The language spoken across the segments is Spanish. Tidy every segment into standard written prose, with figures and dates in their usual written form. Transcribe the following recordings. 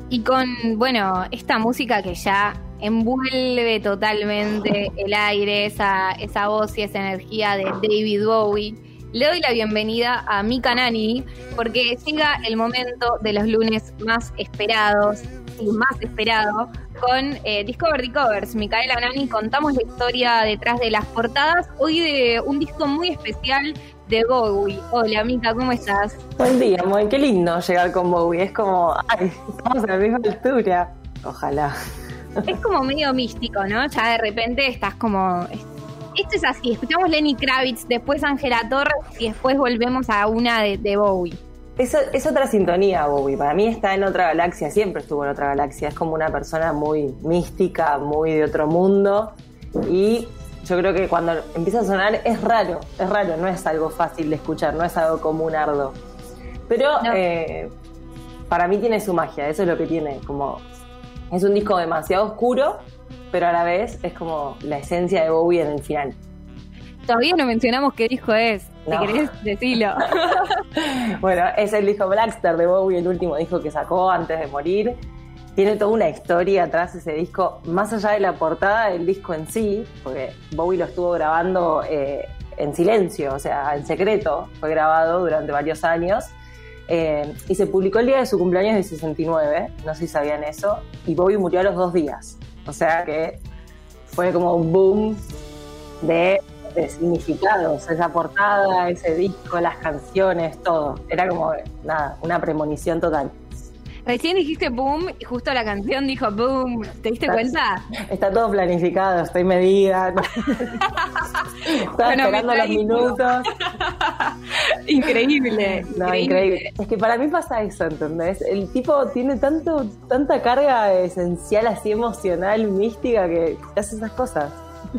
Y con, bueno, esta música que ya envuelve totalmente el aire, esa voz y esa energía de David Bowie, le doy la bienvenida a Mika Nani, porque llega el momento de los lunes más esperados, y más esperado, con Discover the Covers. Micaela Nani, contamos la historia detrás de las portadas, hoy de un disco muy especial de Bowie. Hola Mika, ¿cómo estás? Buen día, muy qué lindo llegar con Bowie. Es como, ay, estamos a la misma altura. Ojalá. Es como medio místico, ¿no? Ya de repente estás como... Esto es así, escuchamos Lenny Kravitz, después Ángela Torres y después volvemos a una de Bowie. Es otra sintonía, Bowie. Para mí está en otra galaxia, siempre estuvo en otra galaxia. Es como una persona muy mística, muy de otro mundo. Y yo creo que cuando empieza a sonar es raro, no es algo fácil de escuchar, no es algo comunardo. Pero no. Para mí tiene su magia, eso es lo que tiene. Como es un disco demasiado oscuro, pero a la vez es como la esencia de Bowie en el final. Todavía no mencionamos qué disco es, no. Si querés decirlo. Bueno, es el disco Blackstar de Bowie, el último disco que sacó antes de morir. Tiene toda una historia atrás ese disco, más allá de la portada del disco en sí, porque Bowie lo estuvo grabando en silencio, o sea, en secreto, fue grabado durante varios años, y se publicó el día de su cumpleaños de 69, no sé si sabían eso, y Bowie murió a los 2 días, o sea que fue como un boom de significados, esa portada, ese disco, las canciones, todo, era como, nada, una premonición total. Recién dijiste boom y justo la canción dijo boom. ¿Te diste cuenta? Está todo planificado, estoy medida. Estaba esperando los minutos. Increíble. No, increíble. Es que para mí pasa eso, ¿entendés? El tipo tiene tanta carga esencial, así emocional, mística, que hace esas cosas.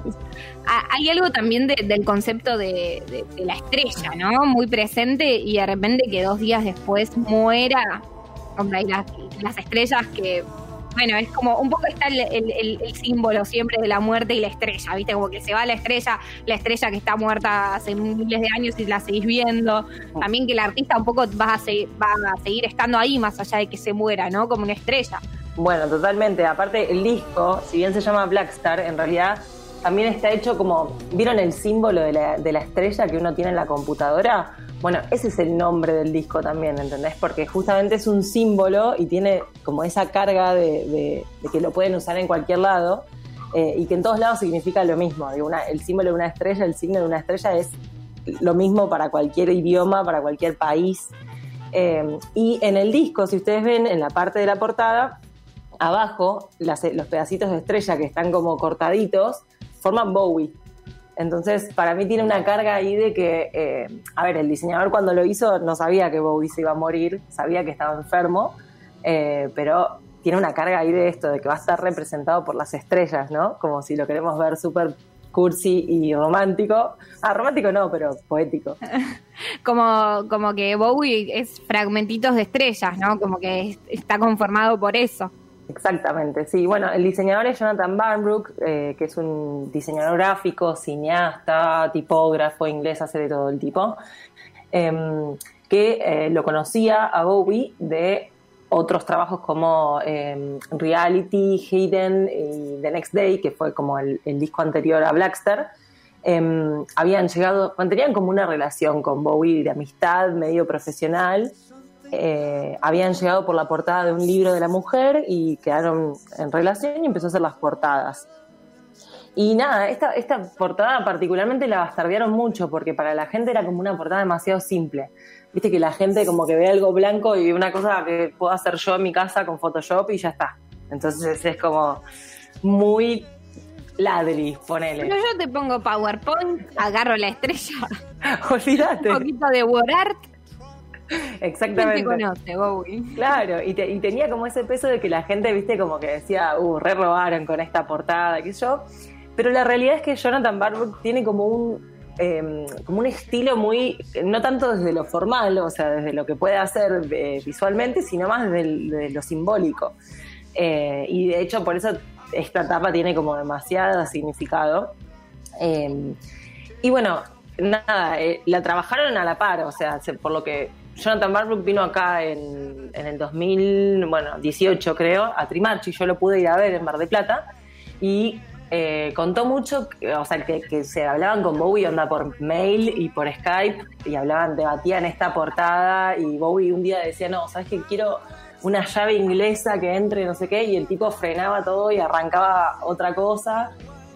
Hay algo también del concepto de la estrella, ¿no? Muy presente y de repente que 2 días después muera. Hombre, y las estrellas que, bueno, es como un poco está el símbolo siempre de la muerte y la estrella, ¿viste? Como que se va la estrella que está muerta hace miles de años y la seguís viendo. También que el artista un poco va a seguir estando ahí más allá de que se muera, ¿no? Como una estrella. Bueno, totalmente. Aparte, el disco, si bien se llama Blackstar, en realidad también está hecho como... ¿Vieron el símbolo de la estrella que uno tiene en la computadora? Bueno, ese es el nombre del disco también, ¿entendés? Porque justamente es un símbolo y tiene como esa carga de que lo pueden usar en cualquier lado y que en todos lados significa lo mismo. Digo, el símbolo de una estrella, el signo de una estrella es lo mismo para cualquier idioma, para cualquier país. Y en el disco, si ustedes ven en la parte de la portada, abajo los pedacitos de estrella que están como cortaditos forman Bowie. Entonces, para mí tiene una carga ahí de que, el diseñador cuando lo hizo no sabía que Bowie se iba a morir, sabía que estaba enfermo, pero tiene una carga ahí de esto, de que va a estar representado por las estrellas, ¿no? Como si lo queremos ver súper cursi y romántico. Romántico no, pero poético. Como que Bowie es fragmentitos de estrellas, ¿no? Como que está conformado por eso. Exactamente, sí. Bueno, el diseñador es Jonathan Barnbrook, que es un diseñador gráfico, cineasta, tipógrafo, inglés, hace de todo el tipo, que lo conocía a Bowie de otros trabajos como Reality, Hidden y The Next Day, que fue como el disco anterior a Blackstar. Mantenían como una relación con Bowie de amistad, medio profesional. Habían llegado por la portada de un libro de la mujer y quedaron en relación y empezó a hacer las portadas. Y nada, esta portada particularmente la bastardearon mucho porque para la gente era como una portada demasiado simple. Viste que la gente como que ve algo blanco y una cosa que puedo hacer yo en mi casa con Photoshop y ya está. Entonces es como muy ladri, ponele. Pero yo te pongo PowerPoint, agarro la estrella. Olvídate. Un poquito de WordArt. Exactamente. ¿Quién te conoce, Bowie? Claro, y tenía como ese peso de que la gente, viste, como que decía, re robaron con esta portada, qué sé yo. Pero la realidad es que Jonathan Barnbrook tiene como un estilo muy, no tanto desde lo formal, o sea, desde lo que puede hacer visualmente, sino más desde lo simbólico. Y de hecho, por eso esta tapa tiene como demasiado significado. Y bueno, nada, la trabajaron a la par, o sea, por lo que Jonathan Barnbrook vino acá en el 2018 creo, a Trimarchi, yo lo pude ir a ver en Mar del Plata, y contó mucho, o sea, que se hablaban con Bowie onda por mail y por Skype, y debatían esta portada, y Bowie un día decía, no, ¿sabes qué? Quiero una llave inglesa que entre, no sé qué, y el tipo frenaba todo y arrancaba otra cosa.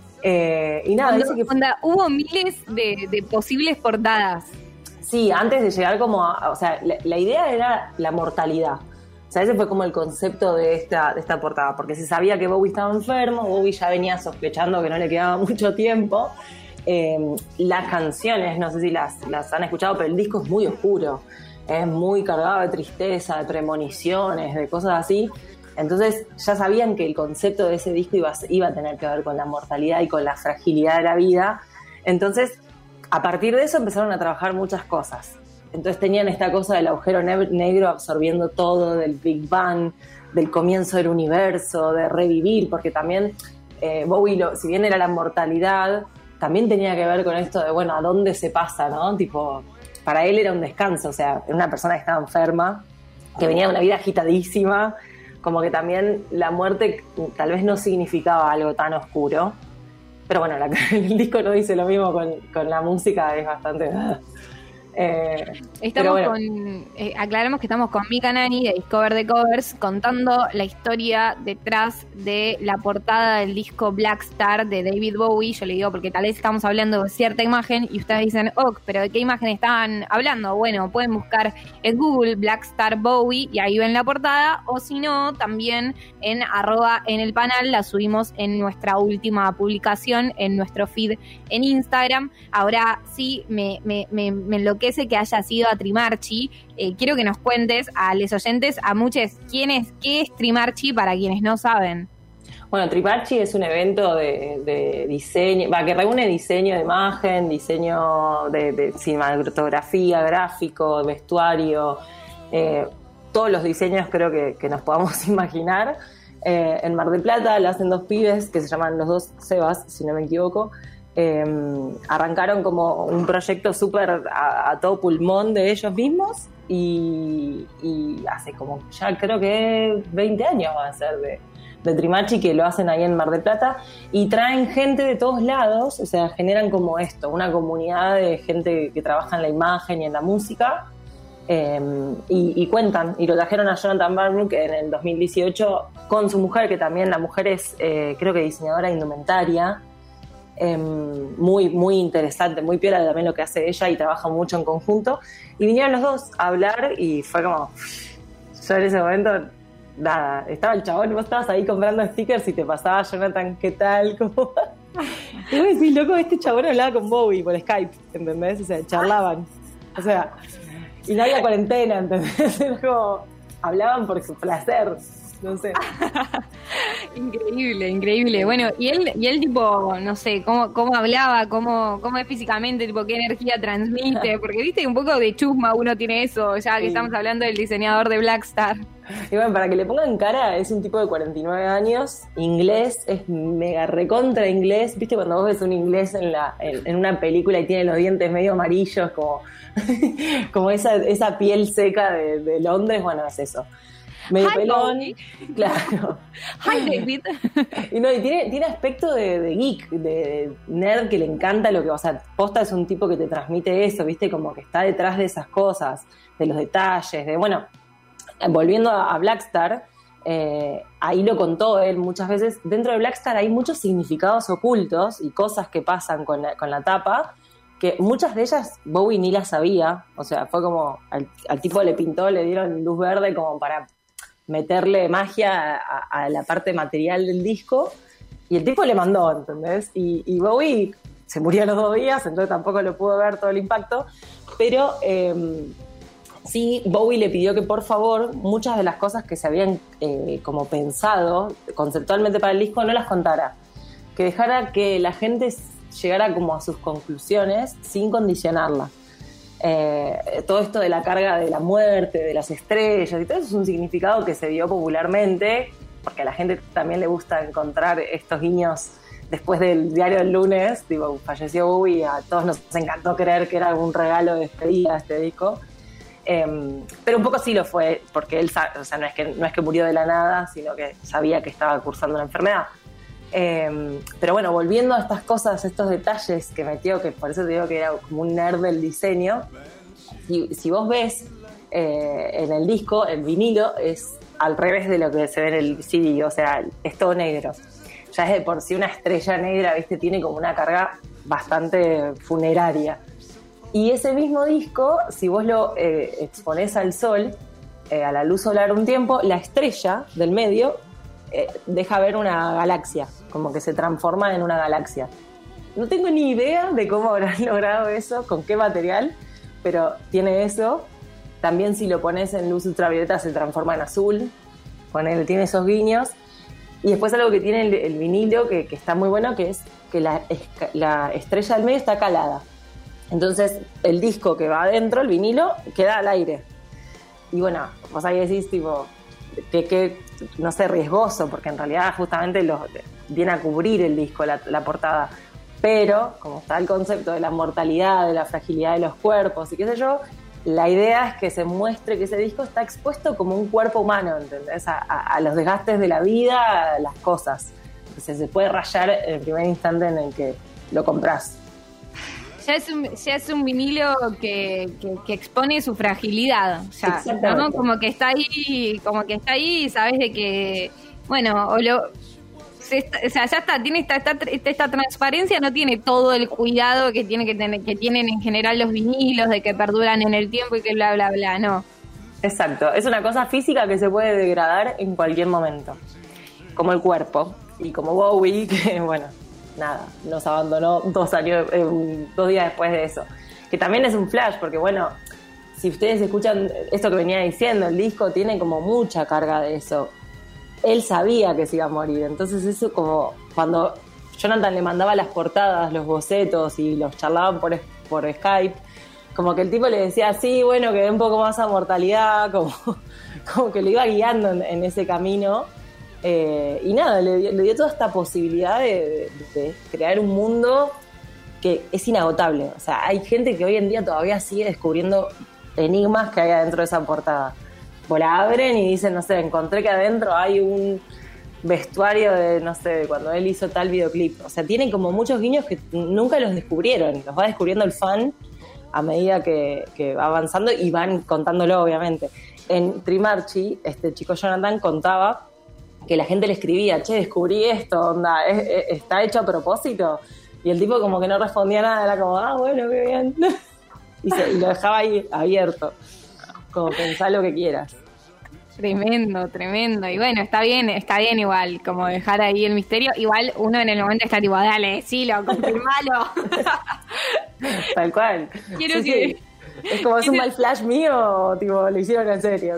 Y nada, dice que hubo miles de posibles portadas. Sí, antes de llegar como o sea, la idea era la mortalidad. O sea, ese fue como el concepto de esta portada, porque se sabía que Bowie estaba enfermo, Bowie ya venía sospechando que no le quedaba mucho tiempo. Las canciones, no sé si las han escuchado, pero el disco es muy oscuro, es muy cargado de tristeza, de premoniciones, de cosas así. Entonces ya sabían que el concepto de ese disco iba a tener que ver con la mortalidad y con la fragilidad de la vida. Entonces, a partir de eso empezaron a trabajar muchas cosas. Entonces tenían esta cosa del agujero negro absorbiendo todo, del Big Bang, del comienzo del universo, de revivir, porque también Bowie, si bien era la mortalidad, también tenía que ver con esto de, bueno, ¿a dónde se pasa, no? Tipo, para él era un descanso, o sea, era una persona que estaba enferma, que venía de una vida agitadísima, como que también la muerte tal vez no significaba algo tan oscuro. Pero bueno, el disco no dice lo mismo con la música, es bastante... Estamos aclaramos que estamos con Mika Nani de Discover the Covers contando la historia detrás de la portada del disco Black Star de David Bowie. Yo le digo porque tal vez estamos hablando de cierta imagen y ustedes dicen, pero ¿de qué imagen estaban hablando? Bueno, pueden buscar en Google Black Star Bowie y ahí ven la portada, o si no, también en @enelpanal la subimos en nuestra última publicación en nuestro feed en Instagram. Ahora sí me enloquece que haya sido a Trimarchi. Quiero que nos cuentes a los oyentes, a muchos, qué es Trimarchi para quienes no saben. Bueno, Trimarchi es un evento de diseño, que reúne diseño de imagen, diseño de cinematografía, gráfico, vestuario, todos los diseños creo que nos podamos imaginar. En Mar del Plata lo hacen dos pibes que se llaman los dos Sebas, si no me equivoco. Arrancaron como un proyecto súper a todo pulmón de ellos mismos y hace como ya creo que 20 años va a ser de Trimarchi, que lo hacen ahí en Mar del Plata, y traen gente de todos lados, o sea, generan como esto, una comunidad de gente que trabaja en la imagen y en la música, y cuentan, y lo trajeron a Jonathan Barnbrook en el 2018 con su mujer, que también la mujer es creo que diseñadora de indumentaria. Muy, muy interesante, muy piola también lo que hace ella, y trabaja mucho en conjunto, y vinieron los dos a hablar y fue como, yo en ese momento nada, estaba el chabón y vos estabas ahí comprando stickers y te pasaba Jonathan, ¿qué tal? ¿Cómo? Y vos decís, loco, este chabón hablaba con Bowie por Skype, ¿entendés? O sea, charlaban, o sea, y no había cuarentena, ¿entendés? Era como, hablaban por su placer, no sé. Increíble. Bueno, y él tipo, no sé, cómo hablaba, cómo es físicamente, tipo, qué energía transmite, porque viste que un poco de chusma uno tiene eso, ya que estamos hablando del diseñador de Black Star. Y bueno, para que le pongan cara, es un tipo de 49 años, inglés, es mega recontra inglés, viste cuando vos ves un inglés en una película y tiene los dientes medio amarillos, como esa piel seca de Londres, bueno, es eso. Medio pelón, claro. Hi, David. Y tiene aspecto de geek, de nerd, que le encanta lo que, o sea, posta es un tipo que te transmite eso, viste, como que está detrás de esas cosas, de los detalles, bueno, volviendo a Black Star, ahí lo contó él muchas veces, dentro de Black Star hay muchos significados ocultos y cosas que pasan con la tapa, que muchas de ellas Bowie ni las sabía, o sea, fue como, al tipo le dieron luz verde como para meterle magia a la parte material del disco, y el tipo le mandó, ¿entendés? Y Bowie se murió a los 2 días, entonces tampoco lo pudo ver todo el impacto, pero sí, Bowie le pidió que por favor muchas de las cosas que se habían como pensado conceptualmente para el disco no las contara, que dejara que la gente llegara como a sus conclusiones sin condicionarla. Todo esto de la carga de la muerte, de las estrellas y todo eso es un significado que se dio popularmente, porque a la gente también le gusta encontrar estos guiños después del diario del lunes. Tipo, falleció Bowie y a todos nos encantó creer que era algún regalo de despedida este disco. Pero un poco sí lo fue, porque él, o sea, no es que murió de la nada, sino que sabía que estaba cursando una enfermedad. Pero bueno, volviendo a estas cosas, estos detalles que metió, que por eso te digo que era como un nerd del diseño, si vos ves en el disco, el vinilo es al revés de lo que se ve en el CD, o sea, es todo negro. Ya es de por sí una estrella negra, ¿viste? Tiene como una carga bastante funeraria. Y ese mismo disco, si vos lo exponés al sol, a la luz solar un tiempo, la estrella del medio deja ver una galaxia, como que se transforma en una galaxia. No tengo ni idea de cómo habrán logrado eso, con qué material, pero tiene eso. También si lo pones en luz ultravioleta se transforma en azul, tiene esos guiños. Y después algo que tiene el vinilo que está muy bueno, que es que la estrella del medio está calada. Entonces el disco que va adentro, el vinilo, queda al aire. Y bueno, vos ahí decís tipo, que no sé, riesgoso, porque en realidad justamente viene a cubrir el disco, la portada. Pero como está el concepto de la mortalidad, de la fragilidad de los cuerpos y qué sé yo, la idea es que se muestre que ese disco está expuesto como un cuerpo humano, ¿entendés? A los desgastes de la vida, a las cosas. Entonces se puede rayar en el primer instante en el que lo compras. Ya es un vinilo que expone su fragilidad, ya, ¿no? Como que está ahí y sabes de que, bueno, o sea, ya está, tiene esta transparencia, no tiene todo el cuidado que tienen en general los vinilos, de que perduran en el tiempo y que bla, bla, bla, no. Exacto, es una cosa física que se puede degradar en cualquier momento, como el cuerpo, y como Bowie, que bueno, nada, nos abandonó 2 días después de eso, que también es un flash, porque bueno, si ustedes escuchan esto que venía diciendo, el disco tiene como mucha carga de eso. Él sabía que se iba a morir, entonces eso como cuando Jonathan le mandaba las portadas, los bocetos y los charlaban por Skype, como que el tipo le decía, sí, bueno, que dé un poco más a mortalidad, como que lo iba guiando en ese camino, y nada, le dio toda esta posibilidad de crear un mundo que es inagotable. O sea, hay gente que hoy en día todavía sigue descubriendo enigmas que hay adentro de esa portada. O la abren y dicen, no sé, encontré que adentro hay un vestuario de, no sé, de cuando él hizo tal videoclip. O sea, tienen como muchos guiños que nunca los descubrieron. Los va descubriendo el fan a medida que va avanzando y van contándolo, obviamente. En Trimarchi, este chico Jonathan contaba que la gente le escribía, che, descubrí esto, onda, ¿está hecho a propósito? Y el tipo como que no respondía nada, era como, bueno, qué bien. Y lo dejaba ahí abierto, como pensá lo que quieras. Tremendo. Y bueno, está bien igual, como dejar ahí el misterio. Igual uno en el momento está tipo, dale, decilo, confirmalo. Tal cual. Sí. Es como, es un mal flash mío, tipo, lo hicieron en serio.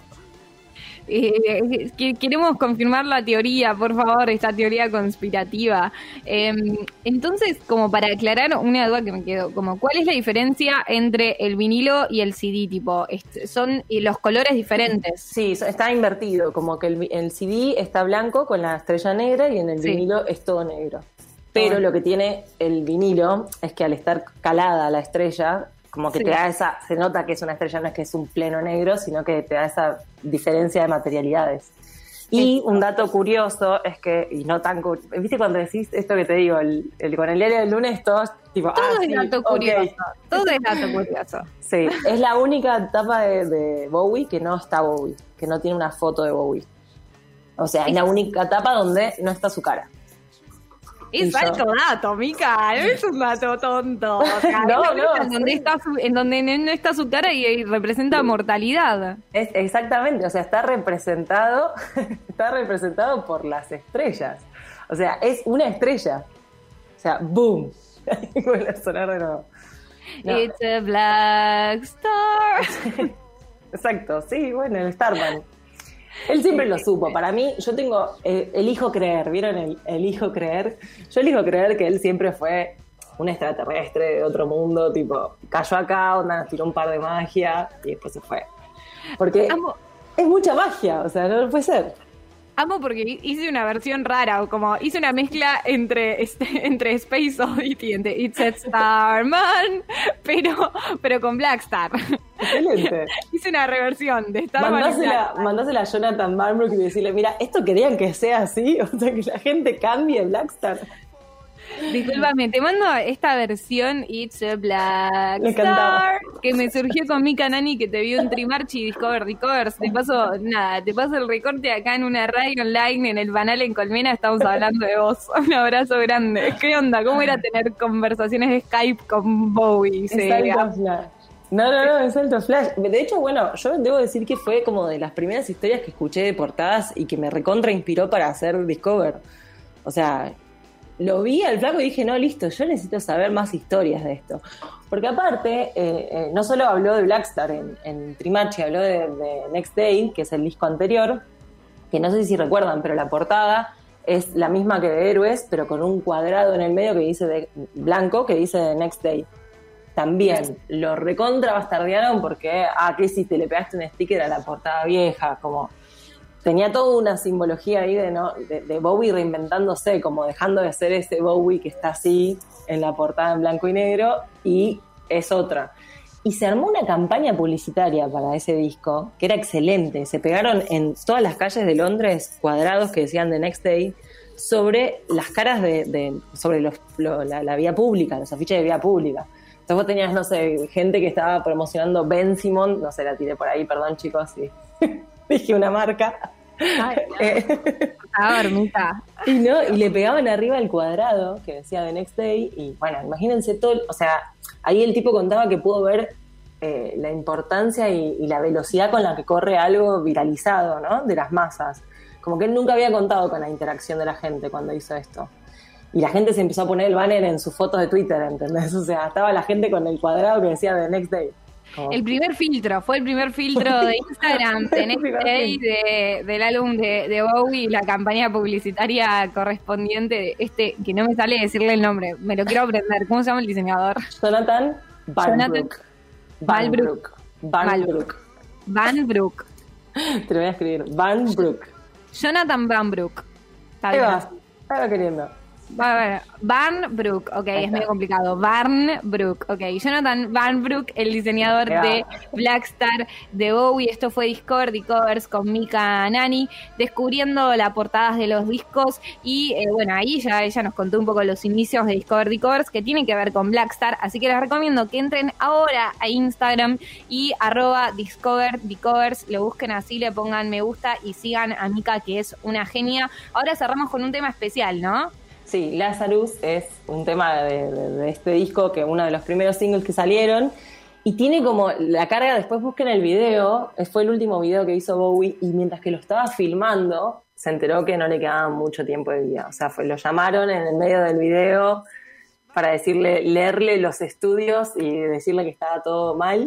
Queremos confirmar la teoría, por favor, esta teoría conspirativa. Entonces, como para aclarar una duda que me quedó, como ¿cuál es la diferencia entre el vinilo y el CD? Tipo, son los colores diferentes. Sí, está invertido, como que el CD está blanco con la estrella negra y en el vinilo es todo negro. Pero lo que tiene el vinilo es que al estar calada la estrella, como que te da se nota que es una estrella, no es que es un pleno negro, sino que te da esa diferencia de materialidades. Y un dato curioso es que, y no tan curioso, ¿viste cuando decís esto que te digo, con el diario del lunes, todos tipo, todo es dato curioso, todo es dato curioso. Sí, es la única etapa de Bowie que no está Bowie, que no tiene una foto de Bowie. O sea, es la única etapa donde no está su cara. Es alto dato, Mica, no es un dato tonto. O sea, no, en donde no está su cara y representa mortalidad. Exactamente, o sea, está representado por las estrellas. O sea, es una estrella. O sea, boom. Vuelve a sonar de nuevo. No. It's a black star. Exacto, sí, bueno, el Starman. Él siempre lo supo. Para mí, yo elijo creer, ¿vieron? Elijo creer. Yo elijo creer que él siempre fue un extraterrestre de otro mundo, tipo, cayó acá, onda, nos tiró un par de magia y después se fue. Porque es mucha magia, o sea, no puede ser. Amo porque hice una versión rara, o como hice una mezcla entre Space Oddity y It's a Starman, pero con Blackstar. Excelente. Hice una reversión de Starman. Mandásela a Jonathan Barnbrook y decirle, mira, ¿esto querían que sea así? O sea, que la gente cambie Blackstar. Disculpame, te mando esta versión It's a Blackstar que me surgió con Mika Nani, que te vio en Trimarchi y Discover Covers. Te paso el recorte acá en una radio online en el Banal en Colmena. Estamos hablando de vos. Un abrazo grande. ¿Qué onda? ¿Cómo era tener conversaciones de Skype con Bowie? Es alto flash. No, es alto flash. De hecho, bueno, yo debo decir que fue como de las primeras historias que escuché de portadas y que me recontra inspiró para hacer Discover. O sea, lo vi al flaco y dije, no, listo, yo necesito saber más historias de esto. Porque aparte, no solo habló de Blackstar en Trimarchi, habló de Next Day, que es el disco anterior, que no sé si recuerdan, pero la portada es la misma que de Héroes, pero con un cuadrado en el medio que dice de blanco, que dice The Next Day. También lo recontra bastardearon porque, ¿qué hiciste? Le pegaste un sticker a la portada vieja, como... Tenía toda una simbología ahí de Bowie reinventándose, como dejando de ser ese Bowie que está así en la portada en blanco y negro, y es otra. Y se armó una campaña publicitaria para ese disco, que era excelente. Se pegaron en todas las calles de Londres cuadrados que decían The Next Day, sobre las caras sobre la vía pública, los afiches de vía pública. Entonces vos tenías, no sé, gente que estaba promocionando Ben Simon, no sé, la tiré por ahí, perdón chicos, sí. Dije una marca. Ay, y le pegaban arriba el cuadrado que decía The Next Day. Y bueno, imagínense todo, o sea, ahí el tipo contaba que pudo ver la importancia y la velocidad con la que corre algo viralizado, ¿no? De las masas. Como que él nunca había contado con la interacción de la gente cuando hizo esto. Y la gente se empezó a poner el banner en sus fotos de Twitter, ¿entendés? O sea, estaba la gente con el cuadrado que decía The Next Day. Fue el primer filtro de Instagram de Next Day del álbum de Bowie, la campaña publicitaria correspondiente de que no me sale decirle el nombre, me lo quiero aprender. ¿Cómo se llama el diseñador? Jonathan Barnbrook. Te lo voy a escribir. Barnbrook. Jonathan Barnbrook. Ahí va queriendo. Barnbrook, ok, es medio complicado. Barnbrook, ok. Jonathan Barnbrook, el diseñador de Blackstar, de Bowie. Esto fue Discover Covers con Mika Nani, descubriendo las portadas de los discos. Y bueno, ahí ya ella nos contó un poco los inicios de Discover Covers, que tienen que ver con Blackstar. Así que les recomiendo que entren ahora a Instagram y @Discover Covers, lo busquen así, le pongan me gusta y sigan a Mika, que es una genia. Ahora cerramos con un tema especial, ¿no? Sí, Lazarus es un tema de este disco, que uno de los primeros singles que salieron, y tiene como la carga, después busquen el video, fue el último video que hizo Bowie, y mientras que lo estaba filmando, se enteró que no le quedaba mucho tiempo de vida. O sea, lo llamaron en el medio del video para leerle los estudios y decirle que estaba todo mal.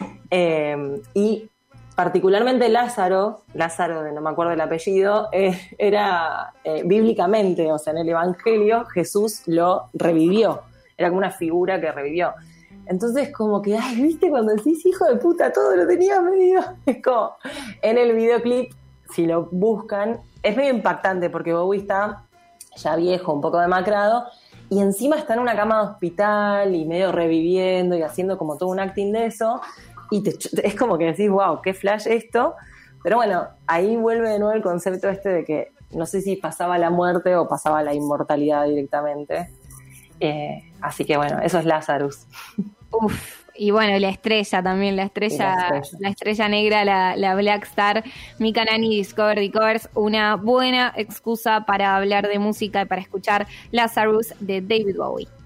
Y particularmente Lázaro, no me acuerdo el apellido, era bíblicamente, o sea, en el Evangelio, Jesús lo revivió. Era como una figura que revivió. Entonces, como que, ¿viste? Cuando decís, hijo de puta, todo lo tenía medio. Es como, en el videoclip, si lo buscan, es medio impactante porque Bowie está ya viejo, un poco demacrado, y encima está en una cama de hospital y medio reviviendo y haciendo como todo un acting de eso. Y es como que decís, wow, qué flash esto. Pero bueno, ahí vuelve de nuevo el concepto de que no sé si pasaba la muerte o pasaba la inmortalidad directamente. Así que bueno, eso es Lazarus. Uf, y bueno, la estrella también, la estrella negra, la Blackstar, Mika Nani, Discover Covers, una buena excusa para hablar de música y para escuchar Lazarus de David Bowie.